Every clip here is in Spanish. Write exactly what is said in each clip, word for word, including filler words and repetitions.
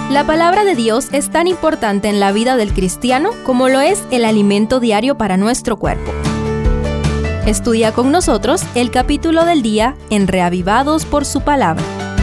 La palabra de Dios es tan importante en la vida del cristiano como lo es el alimento diario para nuestro cuerpo. Estudia con nosotros el capítulo del día en Reavivados por su palabra.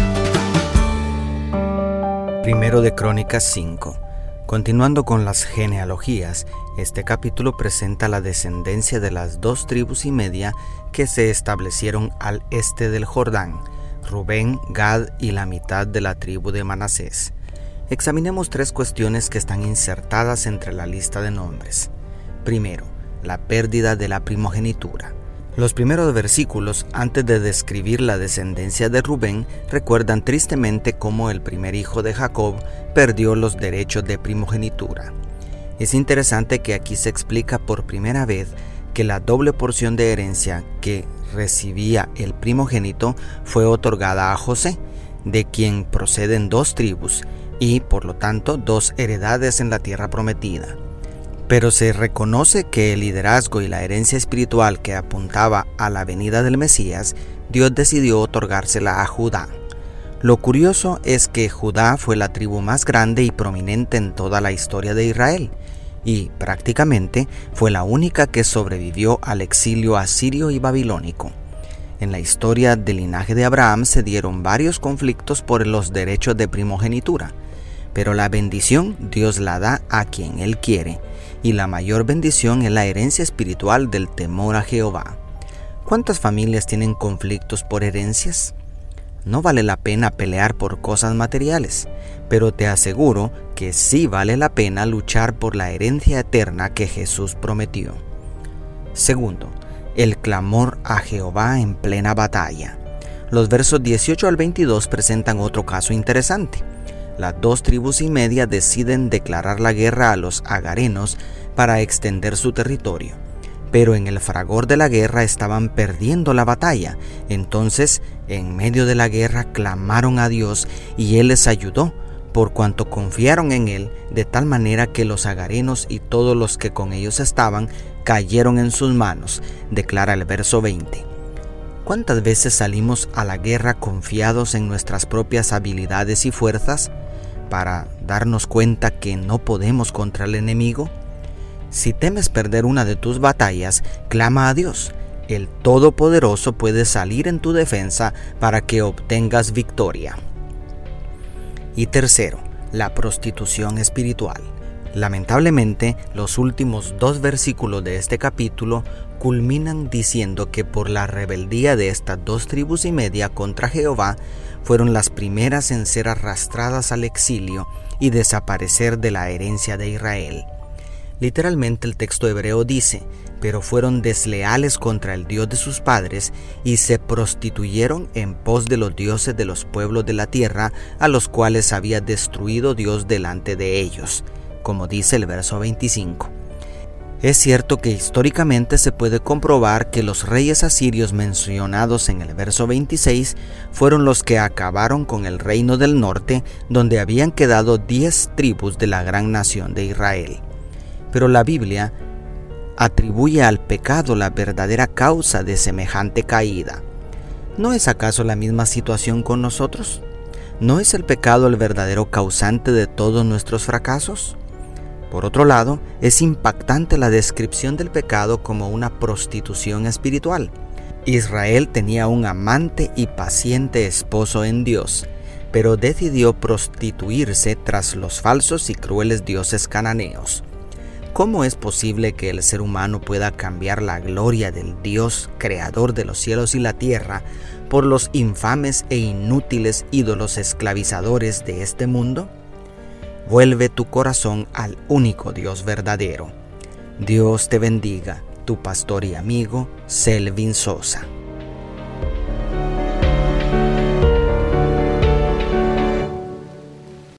Primero de Crónicas cinco. Continuando con las genealogías, este capítulo presenta la descendencia de las dos tribus y media que se establecieron al este del Jordán, Rubén, Gad y la mitad de la tribu de Manasés. Examinemos tres cuestiones que están insertadas entre la lista de nombres. Primero, la pérdida de la primogenitura. Los primeros versículos, antes de describir la descendencia de Rubén, recuerdan tristemente cómo el primer hijo de Jacob perdió los derechos de primogenitura. Es interesante que aquí se explica por primera vez que la doble porción de herencia que recibía el primogénito fue otorgada a José, de quien proceden dos tribus y, por lo tanto, dos heredades en la tierra prometida. Pero se reconoce que el liderazgo y la herencia espiritual que apuntaba a la venida del Mesías, Dios decidió otorgársela a Judá. Lo curioso es que Judá fue la tribu más grande y prominente en toda la historia de Israel, y prácticamente fue la única que sobrevivió al exilio asirio y babilónico. En la historia del linaje de Abraham se dieron varios conflictos por los derechos de primogenitura, pero la bendición Dios la da a quien Él quiere, y la mayor bendición es la herencia espiritual del temor a Jehová. ¿Cuántas familias tienen conflictos por herencias? No vale la pena pelear por cosas materiales, pero te aseguro que sí vale la pena luchar por la herencia eterna que Jesús prometió. Segundo, el clamor a Jehová en plena batalla. Los versos dieciocho al veintidós presentan otro caso interesante. Las dos tribus y media deciden declarar la guerra a los agarenos para extender su territorio. Pero en el fragor de la guerra estaban perdiendo la batalla. Entonces, en medio de la guerra, clamaron a Dios y Él les ayudó, por cuanto confiaron en Él, de tal manera que los agarenos y todos los que con ellos estaban cayeron en sus manos, declara el verso veinte. ¿Cuántas veces salimos a la guerra confiados en nuestras propias habilidades y fuerzas para darnos cuenta que no podemos contra el enemigo? Si temes perder una de tus batallas, clama a Dios. El Todopoderoso puede salir en tu defensa para que obtengas victoria. Y tercero, la prostitución espiritual. Lamentablemente, los últimos dos versículos de este capítulo culminan diciendo que por la rebeldía de estas dos tribus y media contra Jehová, fueron las primeras en ser arrastradas al exilio y desaparecer de la herencia de Israel. Literalmente el texto hebreo dice, pero fueron desleales contra el Dios de sus padres y se prostituyeron en pos de los dioses de los pueblos de la tierra, a los cuales había destruido Dios delante de ellos, como dice el verso veinticinco. Es cierto que históricamente se puede comprobar que los reyes asirios mencionados en el verso veintiséis fueron los que acabaron con el reino del norte, donde habían quedado diez tribus de la gran nación de Israel. Pero la Biblia atribuye al pecado la verdadera causa de semejante caída. ¿No es acaso la misma situación con nosotros? ¿No es el pecado el verdadero causante de todos nuestros fracasos? Por otro lado, es impactante la descripción del pecado como una prostitución espiritual. Israel tenía un amante y paciente esposo en Dios, pero decidió prostituirse tras los falsos y crueles dioses cananeos. ¿Cómo es posible que el ser humano pueda cambiar la gloria del Dios, creador de los cielos y la tierra, por los infames e inútiles ídolos esclavizadores de este mundo? Vuelve tu corazón al único Dios verdadero. Dios te bendiga, tu pastor y amigo, Selvin Sosa.